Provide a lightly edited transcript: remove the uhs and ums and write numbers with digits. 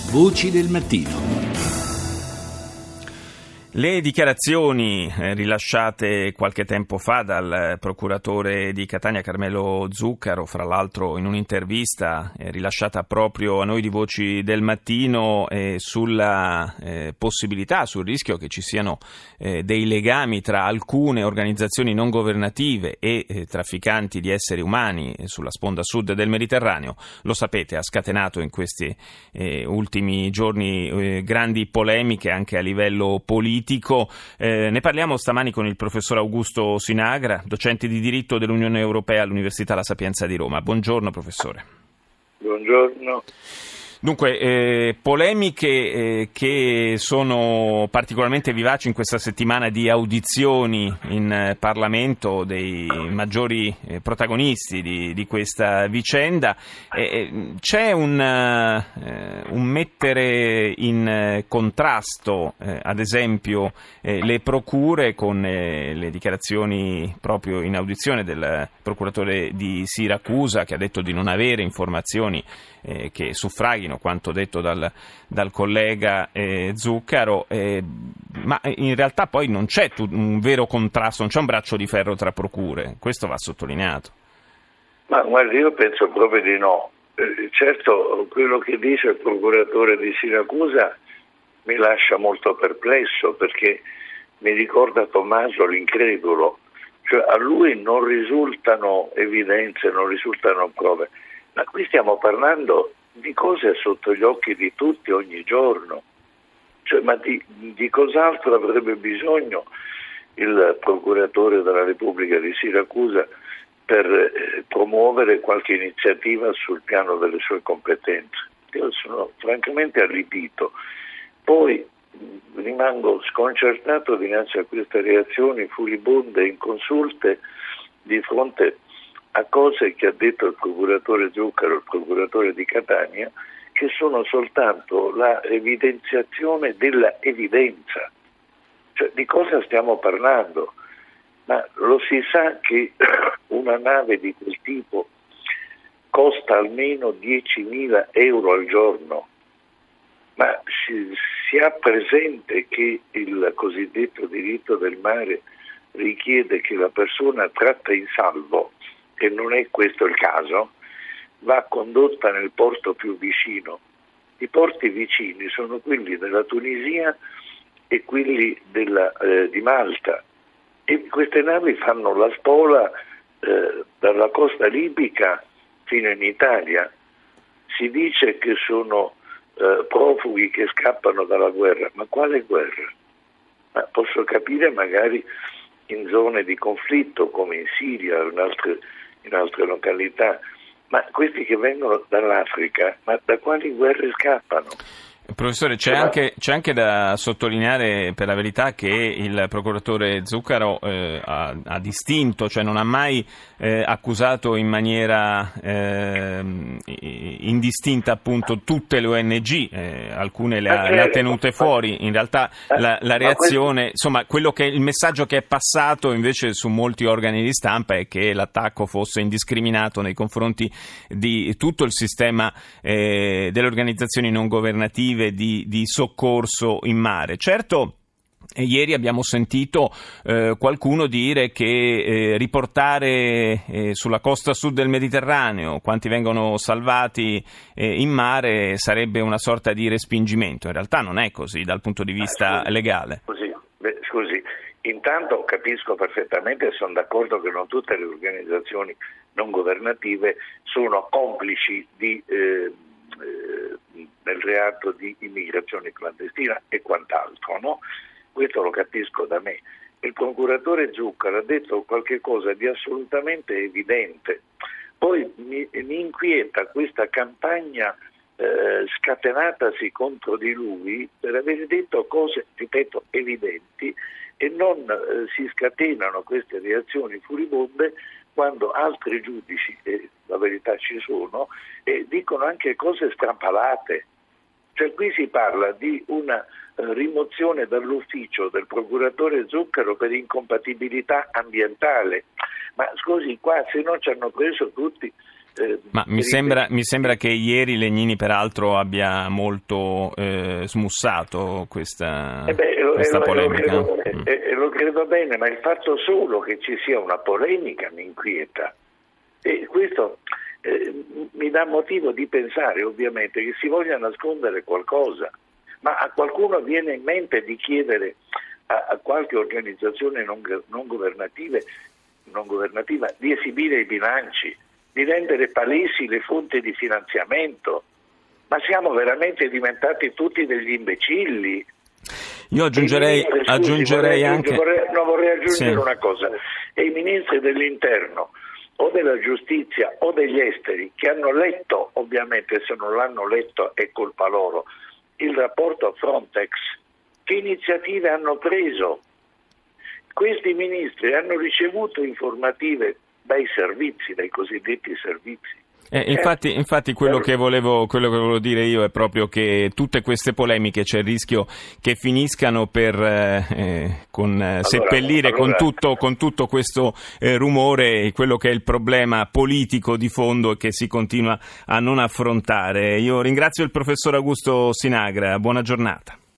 Voci del mattino. Le dichiarazioni rilasciate qualche tempo fa dal procuratore di Catania Carmelo Zuccaro, fra l'altro in un'intervista rilasciata proprio a noi di Voci del Mattino, sulla possibilità, sul rischio che ci siano dei legami tra alcune organizzazioni non governative e trafficanti di esseri umani sulla sponda sud del Mediterraneo, lo sapete, ha scatenato in questi ultimi giorni grandi polemiche anche a livello politico. Ne parliamo stamani con il professor Augusto Sinagra, docente di diritto dell'Unione Europea all'Università La Sapienza di Roma. Buongiorno professore. Buongiorno. Dunque, polemiche che sono particolarmente vivaci in questa settimana di audizioni in Parlamento dei maggiori protagonisti di questa vicenda. C'è un mettere in contrasto, ad esempio, le procure con le dichiarazioni proprio in audizione del procuratore di Siracusa, che ha detto di non avere informazioni che suffraghino quanto detto dal collega Zuccaro, ma in realtà poi non c'è un vero contrasto, non c'è un braccio di ferro tra procure, questo va sottolineato. Ma guardi, io penso proprio di no. Certo, quello che dice il procuratore di Siracusa mi lascia molto perplesso, perché mi ricorda Tommaso l'incredulo, cioè a lui non risultano evidenze, non risultano prove. Ma qui stiamo parlando di cose sotto gli occhi di tutti ogni giorno. Cioè, ma di cos'altro avrebbe bisogno il procuratore della Repubblica di Siracusa per promuovere qualche iniziativa sul piano delle sue competenze? Io sono francamente allibito. Poi rimango sconcertato dinanzi a queste reazioni furibonde e inconsulte di fronte a cose che ha detto il procuratore Zuccaro, il procuratore di Catania, che sono soltanto la evidenziazione della evidenza. Cioè, di cosa stiamo parlando? Ma lo si sa che una nave di quel tipo costa almeno 10.000 euro al giorno, ma si ha presente che il cosiddetto diritto del mare richiede che la persona tratta in salvo, e non è questo il caso, va condotta nel porto più vicino. I porti vicini sono quelli della Tunisia e quelli di Malta, e queste navi fanno la spola dalla costa libica fino in Italia. Si dice che sono profughi che scappano dalla guerra, ma quale guerra? Ma posso capire magari in zone di conflitto come in Siria o in altre località, ma questi che vengono dall'Africa, ma da quali guerre scappano? Professore, c'è anche da sottolineare per la verità che il procuratore Zuccaro ha distinto, cioè non ha mai accusato in maniera indistinta appunto tutte le ONG, alcune le ha tenute fuori. In realtà la reazione, insomma, il messaggio che è passato invece su molti organi di stampa è che l'attacco fosse indiscriminato nei confronti di tutto il sistema delle organizzazioni non governative di soccorso in mare. Certo, ieri abbiamo sentito qualcuno dire che riportare sulla costa sud del Mediterraneo quanti vengono salvati in mare sarebbe una sorta di respingimento. In realtà non è così dal punto di vista legale. Scusi, intanto capisco perfettamente e sono d'accordo che non tutte le organizzazioni non governative sono complici del reato di immigrazione clandestina e quant'altro, no? Questo lo capisco da me. Il procuratore Zuccaro ha detto qualche cosa di assolutamente evidente. Poi mi inquieta questa campagna scatenatasi contro di lui per aver detto cose, ripeto, evidenti, e non si scatenano queste reazioni furibonde quando altri giudici, e la verità ci sono, dicono anche cose strampalate. Cioè qui si parla di una rimozione dall'ufficio del procuratore Zuccaro per incompatibilità ambientale. Ma scusi, qua se no ci hanno preso tutti Ma mi sembra che ieri Legnini peraltro abbia molto smussato questa polemica. Lo credo bene, ma il fatto solo che ci sia una polemica mi inquieta, e questo mi dà motivo di pensare ovviamente che si voglia nascondere qualcosa, ma a qualcuno viene in mente di chiedere a qualche organizzazione non governativa di esibire i bilanci, di rendere palesi le fonti di finanziamento. Ma siamo veramente diventati tutti degli imbecilli? Io aggiungerei anche... vorrei aggiungere sì. una cosa. E i ministri dell'interno o della giustizia o degli esteri che hanno letto, ovviamente se non l'hanno letto è colpa loro, il rapporto Frontex, che iniziative hanno preso? Questi ministri hanno ricevuto informative dai servizi, dai cosiddetti servizi. Infatti quello che volevo dire io è proprio che tutte queste polemiche c'è il rischio che finiscano per seppellire con tutto questo rumore quello che è il problema politico di fondo e che si continua a non affrontare. Io ringrazio il professor Augusto Sinagra, buona giornata.